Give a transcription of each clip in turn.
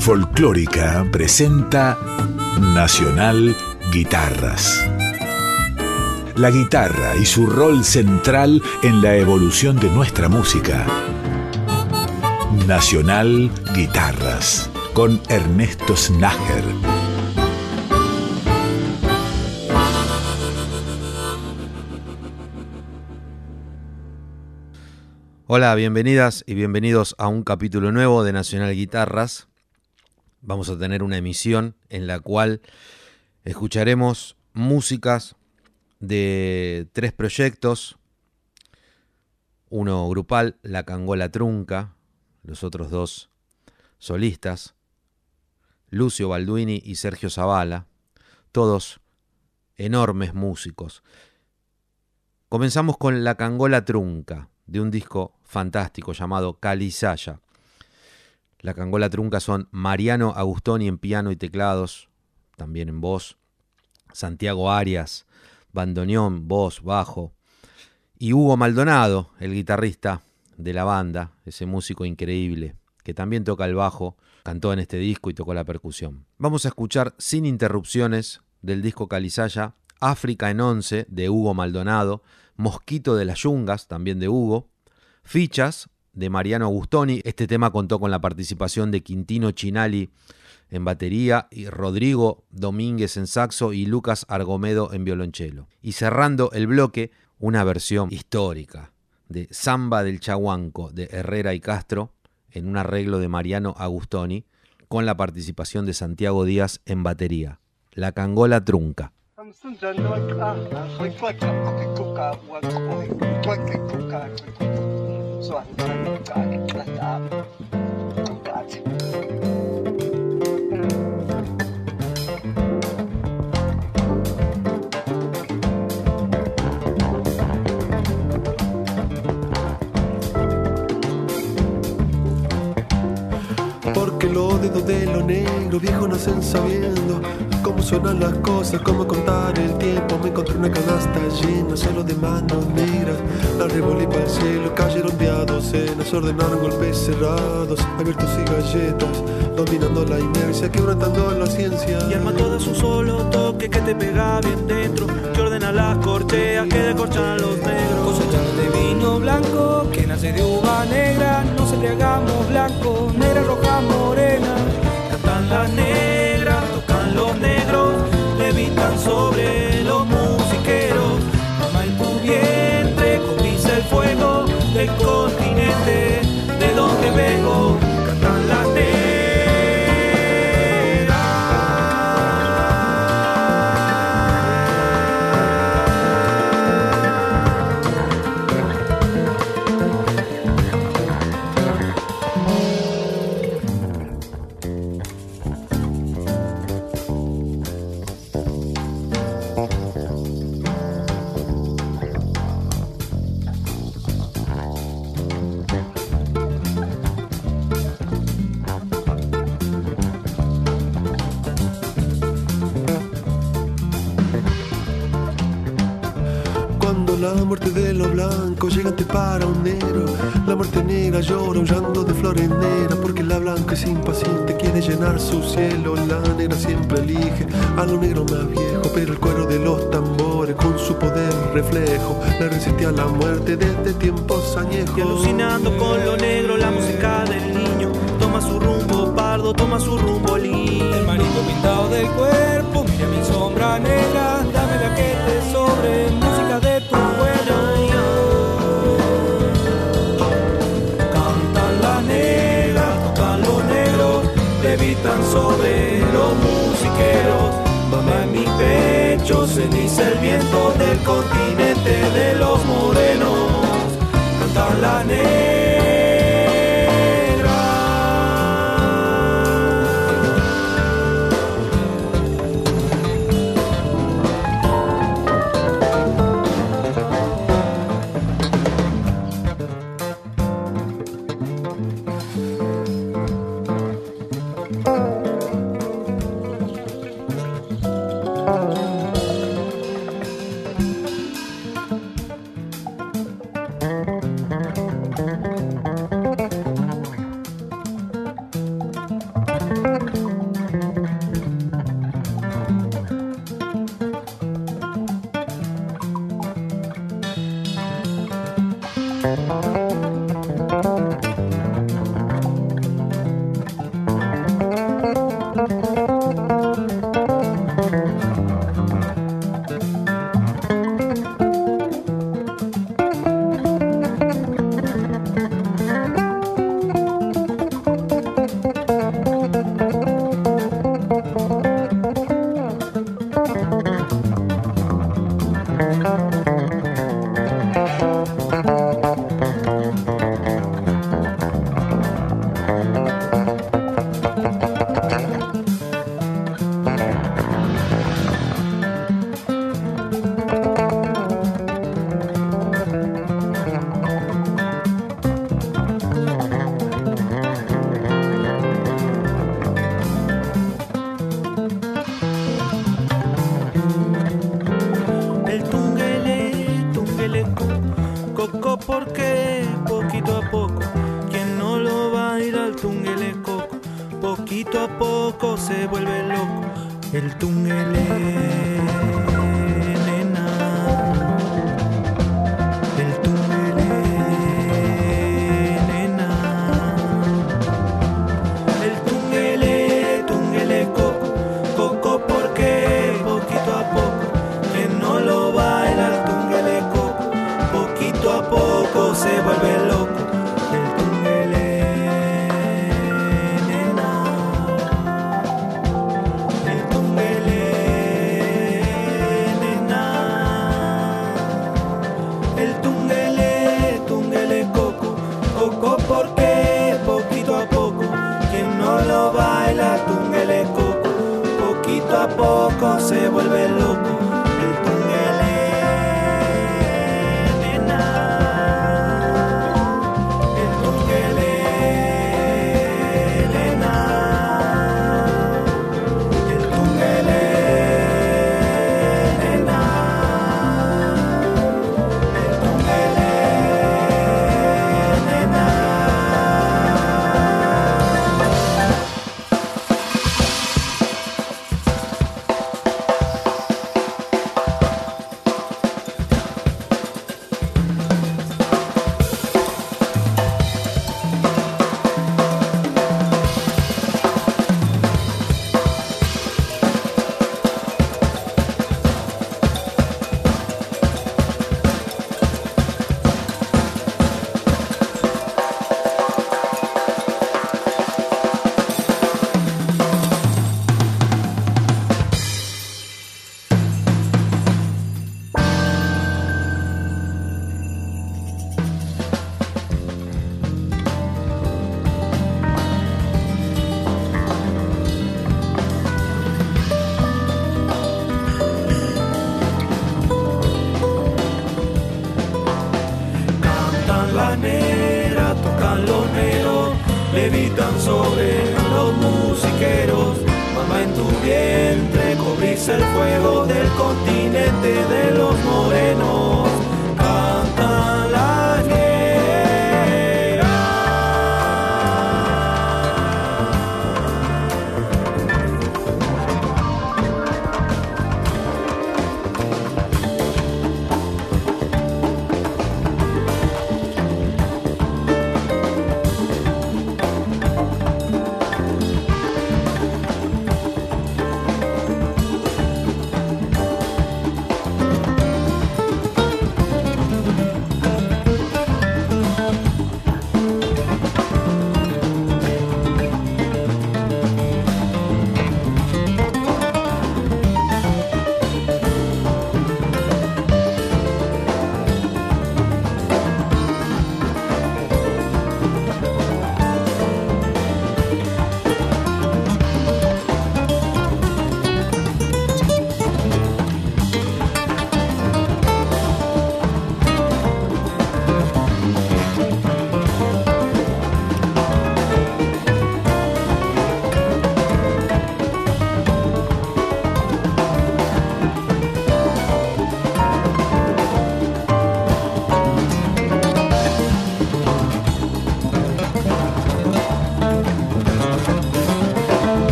Folclórica presenta Nacional Guitarras. La guitarra y su rol central en la evolución de nuestra música. Nacional Guitarras, con Ernesto Snager. Hola, bienvenidas y bienvenidos a un capítulo nuevo de Nacional Guitarras. Vamos a tener una emisión en la cual escucharemos músicas de 3 proyectos. Uno grupal, La Cangola Trunca, los otros 2 solistas, Lucio Balduini y Sergio Zavala, todos enormes músicos. Comenzamos con La Cangola Trunca, de un disco fantástico llamado Calizaya. La Cangola Trunca son Mariano Agustoni en piano y teclados, también en voz, Santiago Arias, bandoneón, voz, bajo, y Hugo Maldonado, el guitarrista de la banda, ese músico increíble, que también toca el bajo, cantó en este disco y tocó la percusión. Vamos a escuchar sin interrupciones del disco Calizaya, África en 11 de Hugo Maldonado, Mosquito de las Yungas, también de Hugo, Fichas de Mariano Agustoni. Este tema contó con la participación de Quintino Chinali en batería y Rodrigo Domínguez en saxo y Lucas Argomedo en violonchelo. Y cerrando el bloque, una versión histórica de Samba del Chaguanco de Herrera y Castro en un arreglo de Mariano Agustoni con la participación de Santiago Díaz en batería. La Cangola Trunca. Porque los dedos de lo negro viejo nacen sabiendo cómo suenan las cosas, cómo contar el tiempo. Me encontré una canasta llena solo de manos negras. La revolví para el cielo, cayeron de a docenas. Ordenaron golpes cerrados, abiertos y galletas, dominando la inercia, quebrantando la ciencia. Y arma todo es un solo toque que te pega bien dentro, que ordena las corcheas, que descorchan a los negros. Cosechando de vino blanco, que nace de uva negra. Nos embriagamos blanco, negra, roja, morena. Cantan las negras, tocan los negros, levitan sobre los musiqueros. Mama en tu vientre, cobriza el fuego del continente de donde vengo. Cantan las negras. La muerte de lo blanco llega ante para un negro. La muerte negra llora huyendo de flores negras, porque la blanca es impaciente, quiere llenar su cielo. La negra siempre elige a lo negro más viejo, pero el cuero de los tambores con su poder reflejo le resiste a la muerte desde tiempos añejos. Y alucinando con lo negro, la música del niño toma su rumbo pardo, toma su rumbo lindo. El marito pintado del cuerpo, mira mi sombra negra, dame la que te sobre, música de tu cuerpo. Cantan las negras, tocan los negros, levitan sobre los musiqueros. Mamá en mi pecho, ceniza el viento del continente de los morenos. Cantan las negras. poquito a poco se vuelve loco el tungelé, nena. El tungelé, nena. El tungelé, tungelé coco, coco porque poquito a poco, que no lo baila el tungelé coco, poquito a poco se vuelve loco. Porque poquito a poco, quien no lo baila, tungelé coco, poquito a poco se vuelve loco. El tungelé, nena. El tungelé, nena. El tungelé, nena. El tungelé. Levitan sobre los musiqueros, mamá en tu vientre cobrís el fuego del continente de los morenos. Cantan las negras.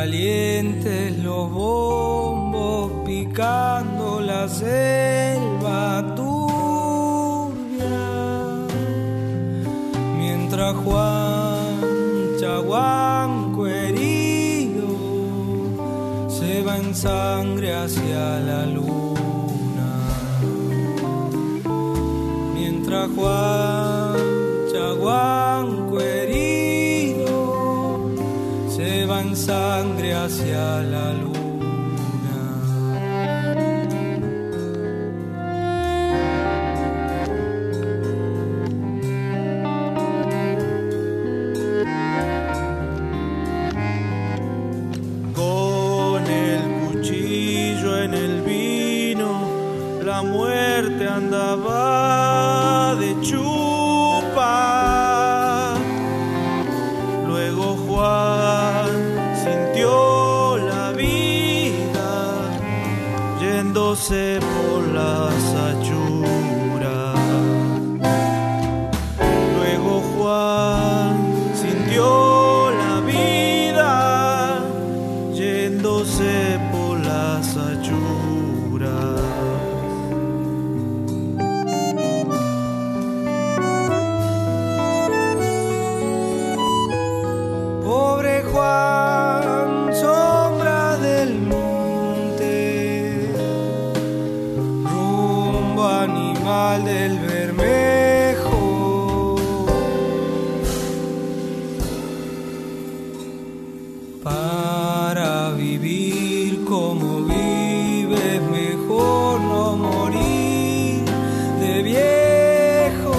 calientes los bombos picando la selva turbia, mientras Juan Chaguanco herido se va en sangre hacia la luna, mientras Juan Chaguanco herido se va en sangre hacia la luna. Con el cuchillo en el vino, la muerte andaba de chupa. Luego Juan sintió la vida yéndose por las achuras. Luego Juan sintió la vida yéndose por las achuras. Pobre Juan, sombra del monte, rumbo animal del Bermejo, para vivir como vives, mejor no morir de viejo.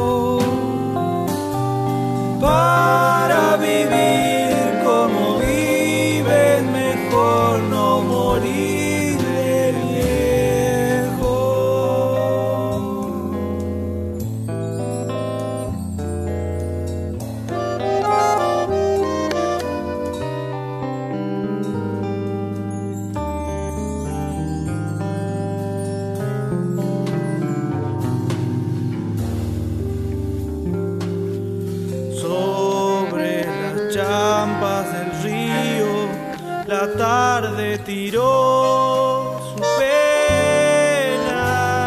Para vivir como vives, mejor no morir de viejo. Sobre las champas del río, la tarde tiró su pena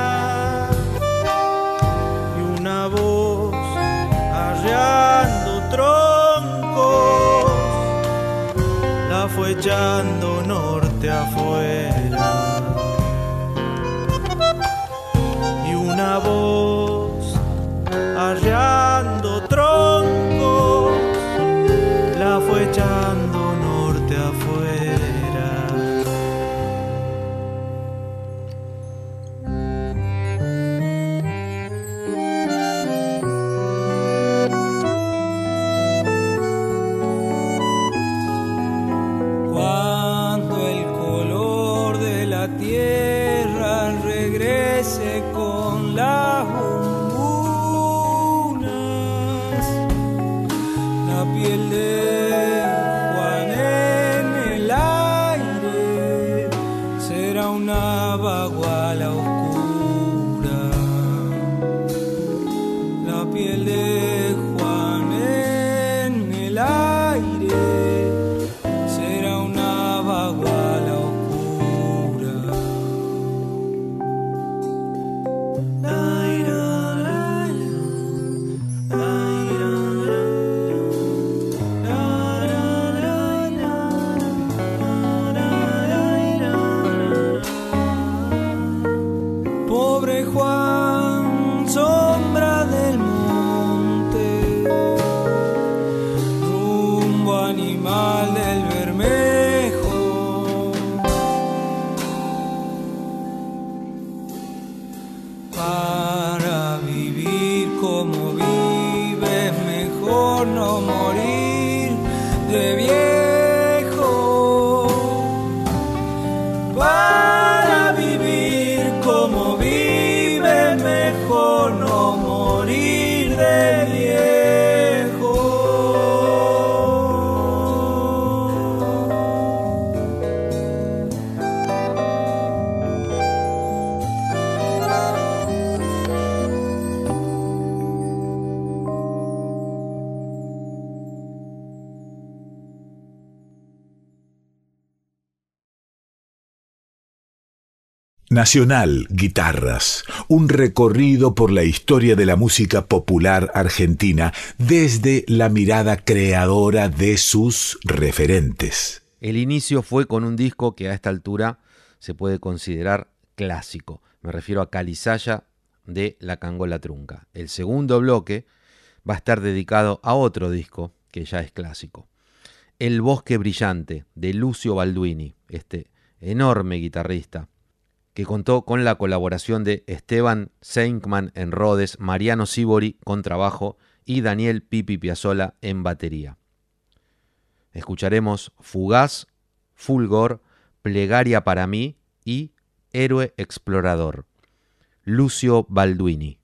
y una voz arreando troncos la fue echando norte afuera. Y una voz arreando troncos la fue echando norte afuera. Cuando el color de la tierra regrese con las bombunas, la piel de Juan en el aire será una baguala oscura. La piel de Juan en el aire será una baguala oscura. Nacional Guitarras, un recorrido por la historia de la música popular argentina desde la mirada creadora de sus referentes. El inicio fue con un disco que a esta altura se puede considerar clásico. Me refiero a Calizaya de La Cangola Trunca. El segundo bloque va a estar dedicado a otro disco que ya es clásico. El Bosque Brillante de Lucio Balduini, este enorme guitarrista, que contó con la colaboración de Esteban Seinkman en Rhodes, Mariano Sibori con trabajo y Daniel Pipi Piazzolla en batería. Escucharemos Fugaz, Fulgor, Plegaria para mí y Héroe Explorador. Lucio Balduini.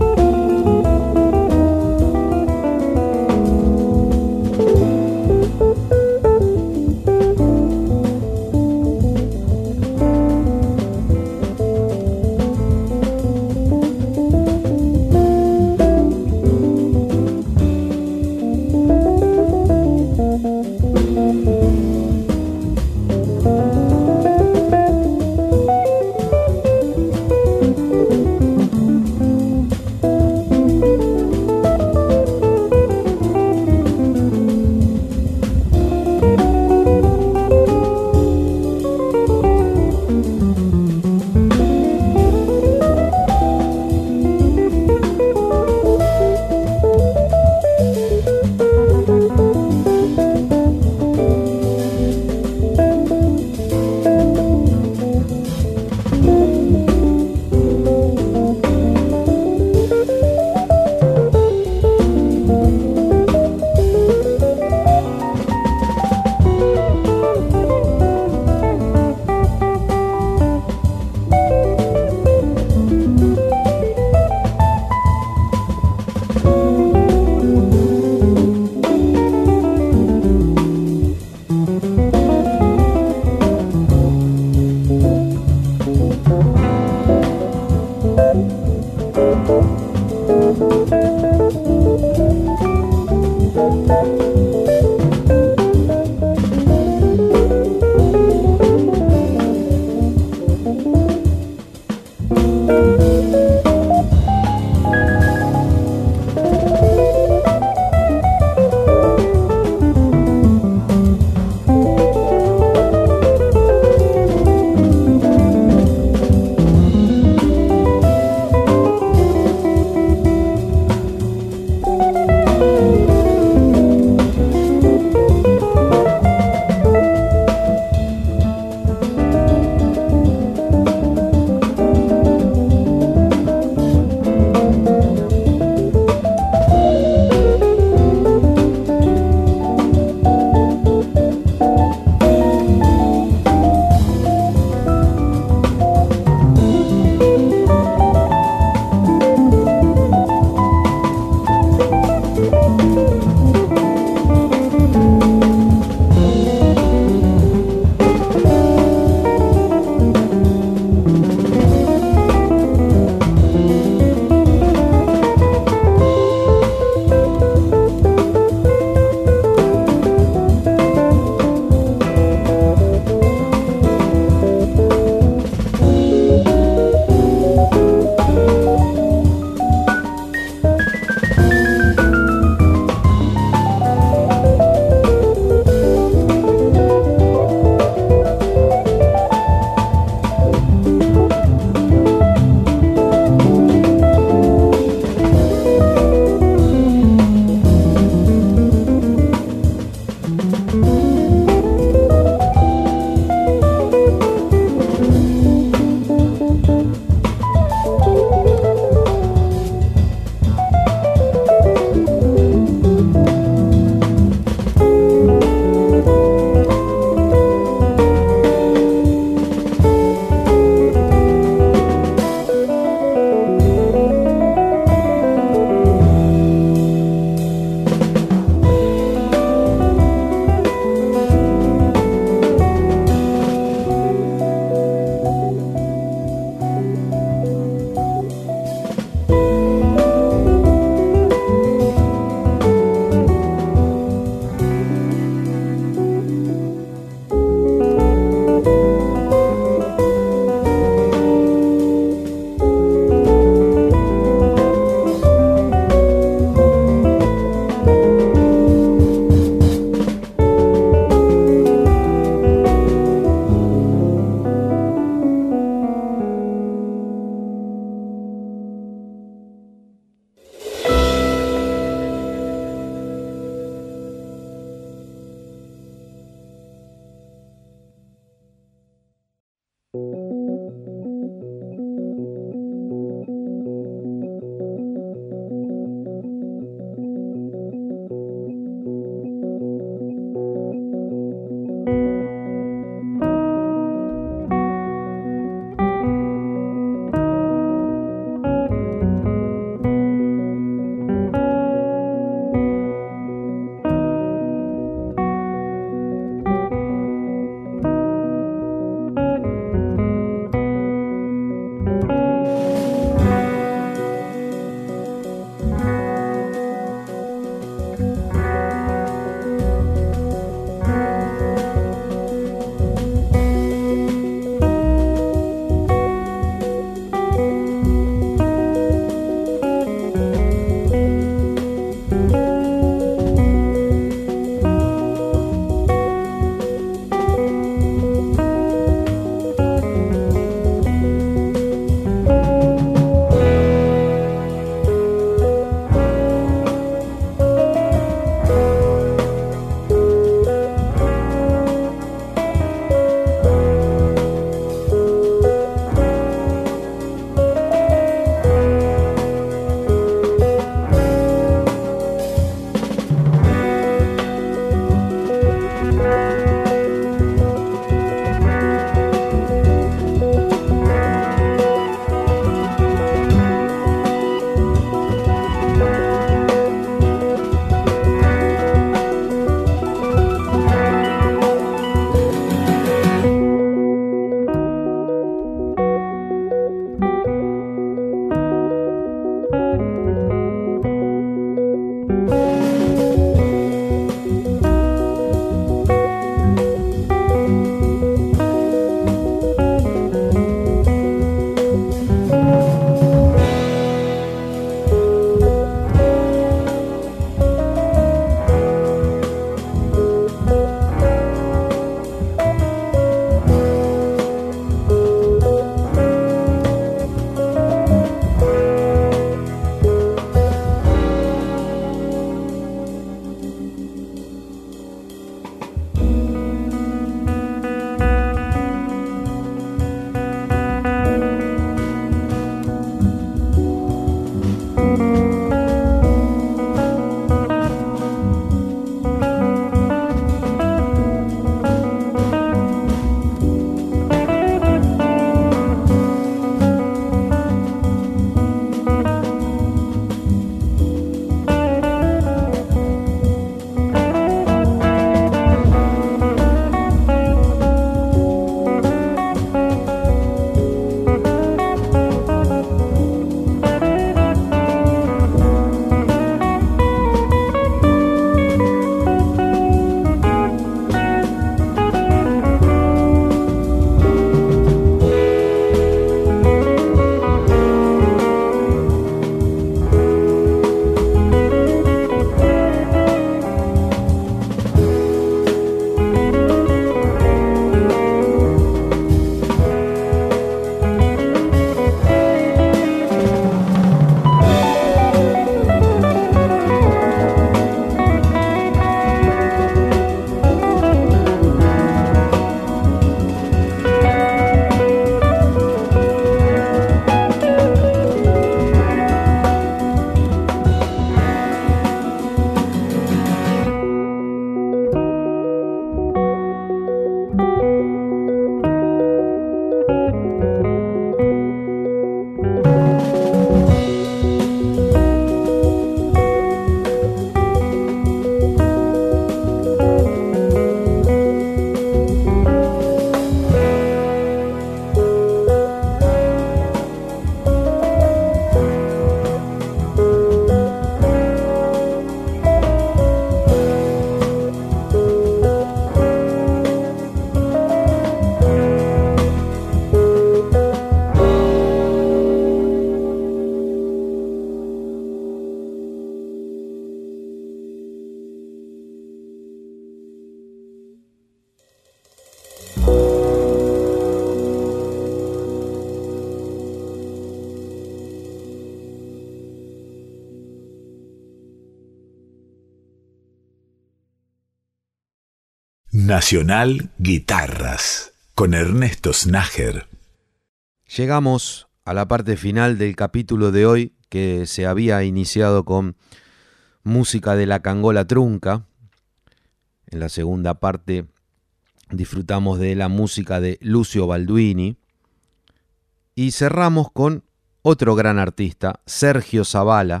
Nacional Guitarras, con Ernesto Snager. Llegamos a la parte final del capítulo de hoy, que se había iniciado con música de la Cangola Trunca. En la segunda parte disfrutamos de la música de Lucio Balduini. Y cerramos con otro gran artista, Sergio Zavala,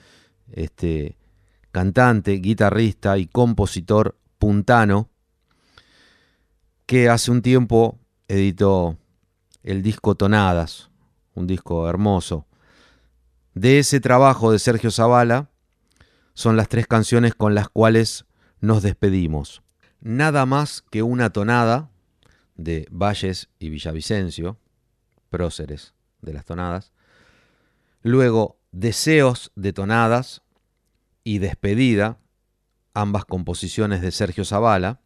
cantante, guitarrista y compositor puntano, que hace un tiempo editó el disco Tonadas, un disco hermoso. De ese trabajo de Sergio Zavala son las 3 canciones con las cuales nos despedimos. Nada más que una tonada, de Valles y Villavicencio, próceres de las tonadas. Luego, Deseos de Tonadas y Despedida, ambas composiciones de Sergio Zavala.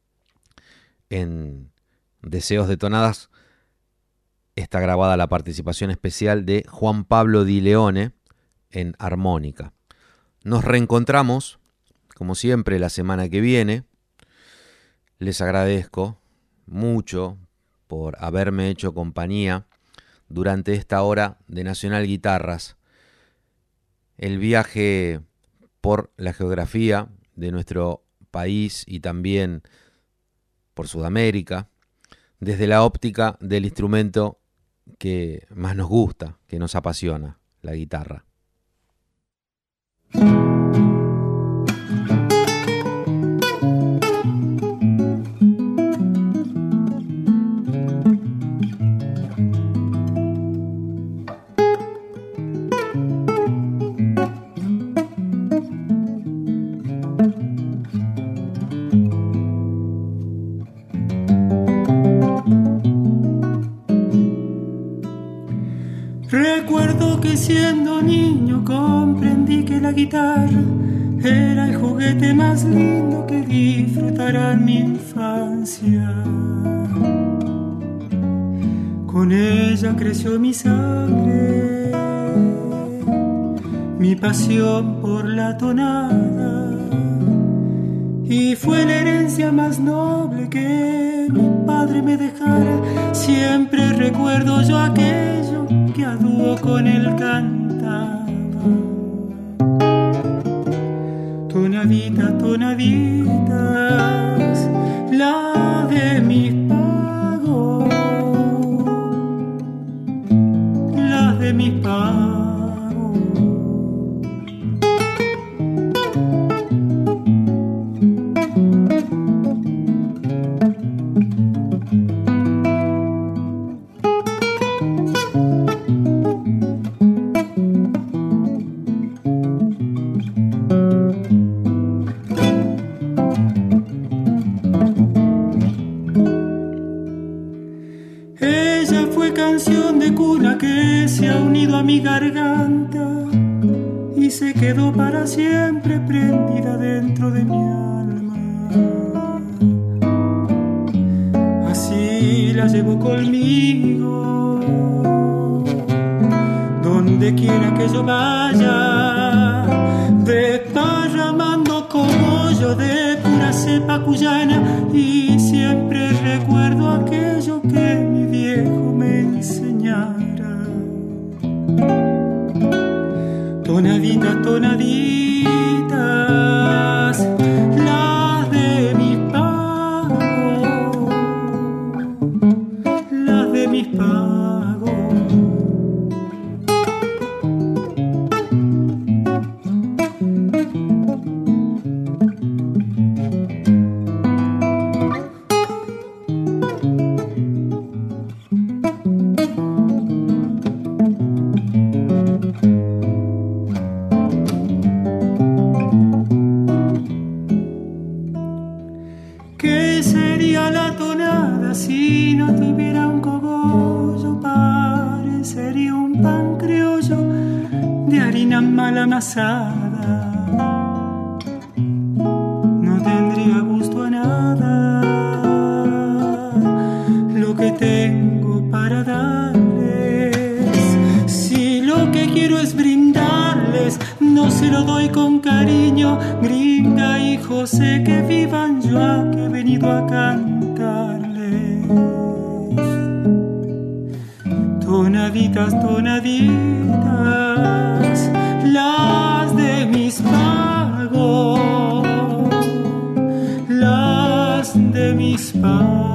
En Deseos de Tonadas está grabada la participación especial de Juan Pablo Di Leone en armónica. Nos reencontramos, como siempre, la semana que viene. Les agradezco mucho por haberme hecho compañía durante esta hora de Nacional Guitarras. El viaje por la geografía de nuestro país y también por Sudamérica, desde la óptica del instrumento que más nos gusta, que nos apasiona, la guitarra. Recuerdo que siendo niño comprendí que la guitarra era el juguete más lindo que disfrutara en mi infancia. Con ella creció mi sangre, mi pasión por la tonada, y fue la herencia más noble que mi padre me dejara. Siempre recuerdo yo aquello que a dúo con él cantaba. Tonaditas, tonaditas, la de mis pagos, las de mis pagos. Mi garganta y se quedó para siempre prendida dentro de mi alma. Así la llevo conmigo donde quiera que yo vaya, desparramando como yo de pura cepa cuyana, y siempre recuerdo aquello que mi viejo me enseñara. Tonaditas, tonaditas, las de mis pagos, las de mis pagos. No tendría gusto a nada. Lo que tengo para darles, si lo que quiero es brindarles iguales, no se lo doy con cariño. Gringa y José, que vivan yo, que he venido a cantarles. Tonaditas, tonaditas, las de mis pagos, las de mis pagos.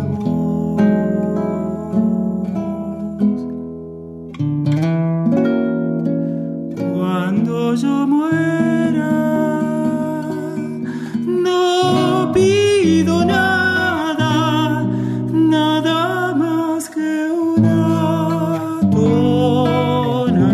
Cuando yo muera, no pido nada, nada más que una tonada.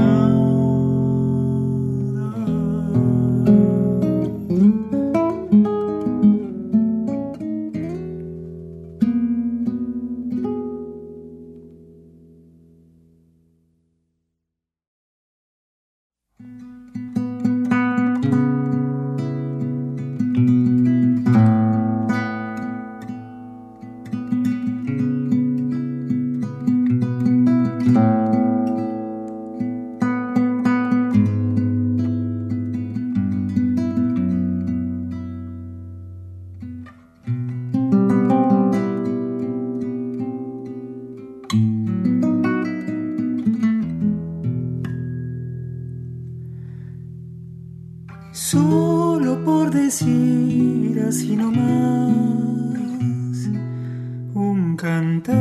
Solo por decir así nomás un cantar,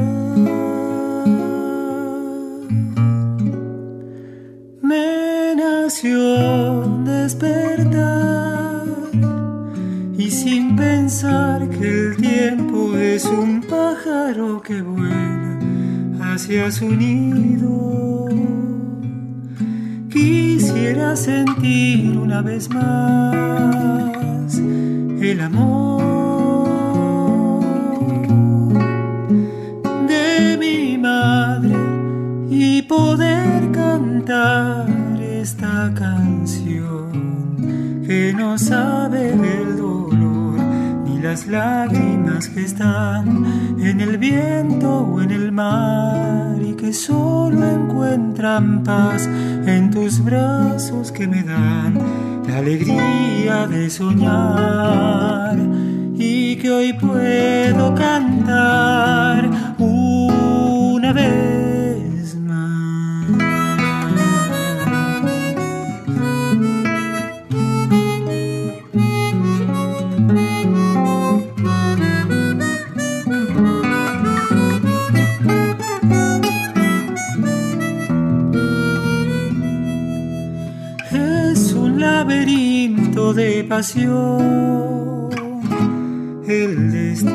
me nació despertar y sin pensar que el tiempo es un pájaro que vuela hacia su nido. Quisiera sentir una vez más el amor de mi madre y poder cantar esta canción que no sabe del dolor ni las lágrimas que están en el viento o en el mar y que solo encuentran paz en tus brazos que me dan la alegría de soñar y que hoy puedo cantar una vez más. Laberinto de pasión, el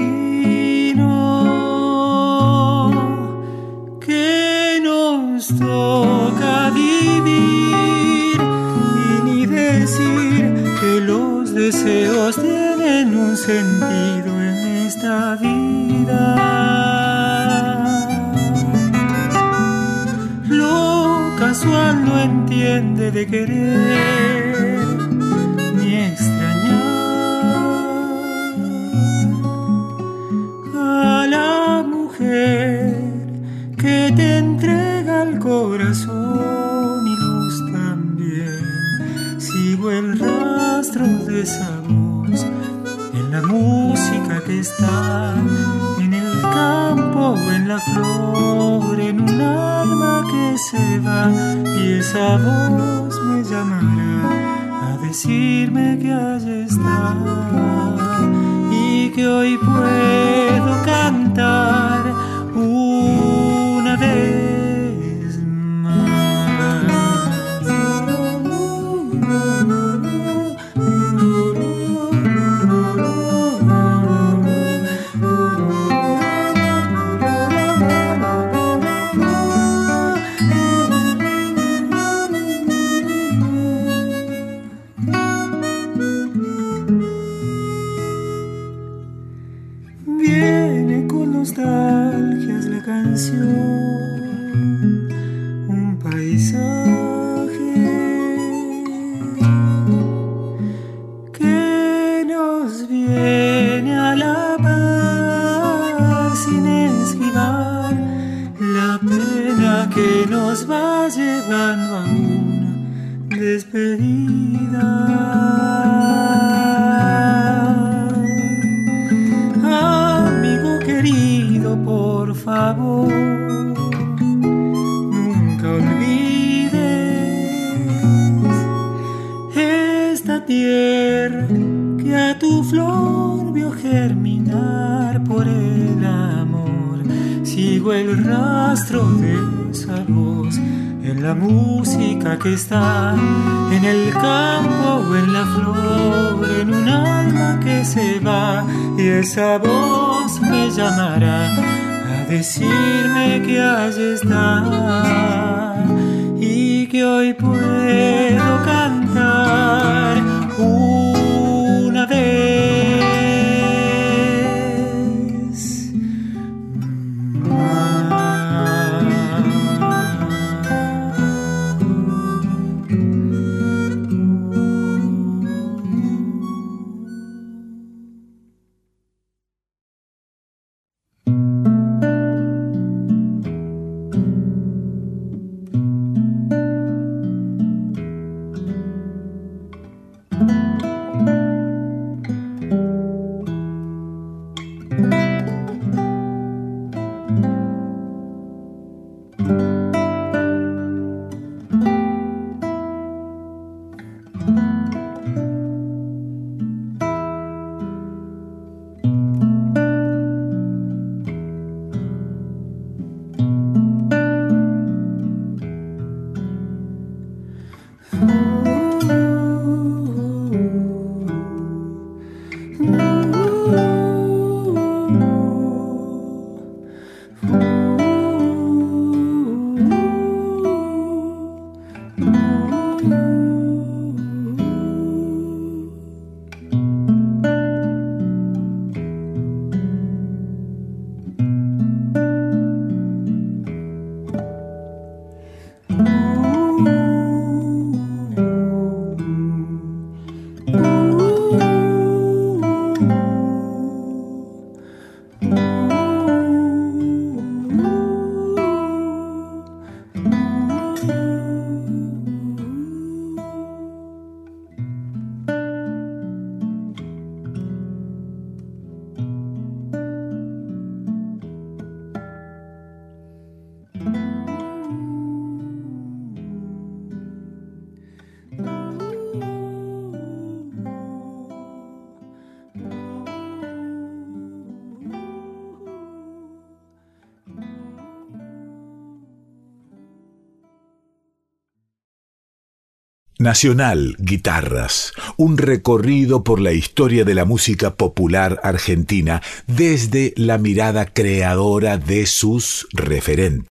destino que nos toca vivir y ni decir que los deseos tienen un sentido en esta vida. Lo casual no entiende de querer ni extrañar a la mujer que te entrega el corazón y luz también. Sigo el rastro de esa voz en la música que está en el campo o en la flor, en un alma que se va y esa voz me llamará a decirme que allí está y que hoy puedo cantar una vez más. Viene con nostalgias la canción, un paisaje que nos viene a la paz sin esquivar la pena que nos va llevando a una despedida. Amigo querido, por favor, nunca olvides esta tierra que a tu flor vio germinar. Por el amor sigo el rastro de esa voz en la música que está en el campo o en la flor, en un alma que se va, y esa voz me llamará a decirme que allí está y que hoy puedo cantar una vez Nacional Guitarras, un recorrido por la historia de la música popular argentina desde la mirada creadora de sus referentes.